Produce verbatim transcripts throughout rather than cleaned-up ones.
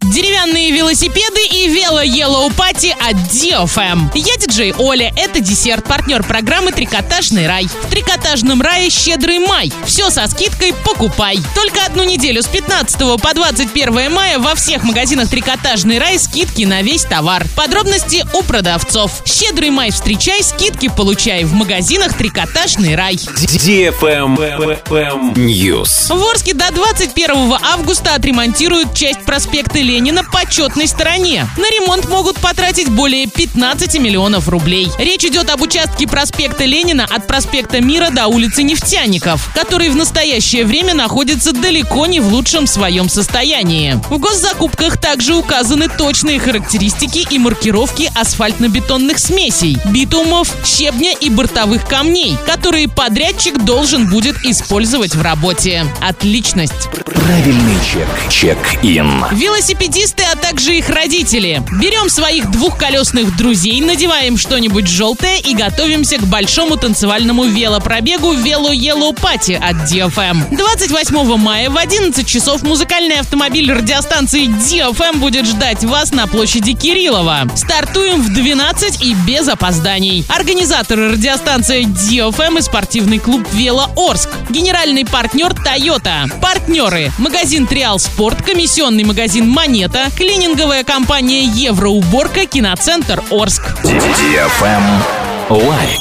Деревянные велосипеды и вело Yellow Party от ди эф эм. Я диджей Оля, это десерт, партнер программы «Трикотажный рай». В трикотажном рае щедрый май. Все со скидкой покупай. Только одну неделю с пятнадцатого по двадцать первое мая во всех магазинах «Трикотажный рай» скидки на весь товар. Подробности у продавцов. Щедрый май встречай, скидки получай в магазинах «Трикотажный рай». ди эф эм News. В Орске до двадцать первого августа отремонтируют часть проспекта Ленина по четной стороне. На ремонт могут потратить более пятнадцати миллионов рублей. Речь идет об участке проспекта Ленина от проспекта Мира до улицы Нефтяников, который в настоящее время находится далеко не в лучшем своем состоянии. В госзакупках также указаны точные характеристики и маркировки асфальтно-бетонных смесей, битумов, щебня и бортовых камней, которые подрядчик должен будет использовать в работе. Отличность. Правильный чек. Чек-ин. Велосипедисты, а также их родители. Берем своих двухколесных друзей, надеваем что-нибудь желтое и готовимся к большому танцевальному велопробегу вело Yellow Party от ди эф эм. двадцать восьмого мая в одиннадцать часов музыкальный автомобиль радиостанции ди эф эм будет ждать вас на площади Кириллова. Стартуем в двенадцать и без опозданий. Организаторы радиостанции ди эф эм и спортивный клуб «Вело Орск». Генеральный партнер «Тойота». Партнеры: магазин «Триал Спорт», комиссионный магазин «Монета», клининговая компания «Евроуборка», киноцентр «Орск». ди эф эм Лайк.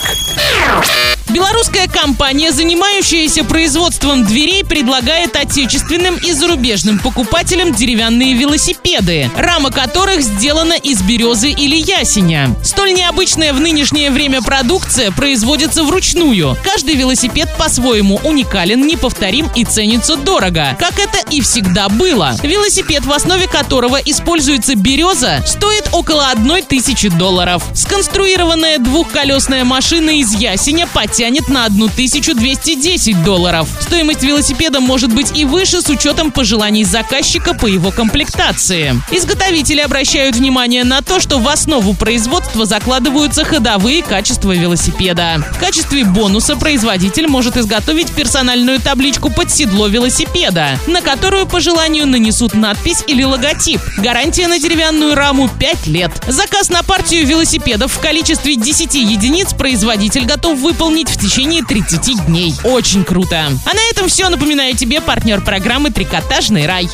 Белорусская компания, занимающаяся производством дверей, предлагает отечественным и зарубежным покупателям деревянные велосипеды, рама которых сделана из березы или ясеня. Столь необычная в нынешнее время продукция производится вручную. Каждый велосипед по-своему уникален, неповторим и ценится дорого, как это и всегда было. Велосипед, в основе которого используется береза, стоит около одной тысячи долларов. Сконструированная двухколесная машина из ясеня потянет на одну тысячу двести десять долларов. Стоимость велосипеда может быть и выше с учетом пожеланий заказчика по его комплектации. Изготовители обращают внимание на то, что в основу производства закладываются ходовые качества велосипеда. В качестве бонуса производитель может изготовить персональную табличку под седло велосипеда, на которую по желанию нанесут надпись или логотип. Гарантия на деревянную раму пять лет. Заказ на партию велосипедов в количестве десяти единиц производитель готов выполнить в течение тридцати дней. Очень круто. А на этом все. Напоминаю тебе, партнер программы «Трикотажный рай».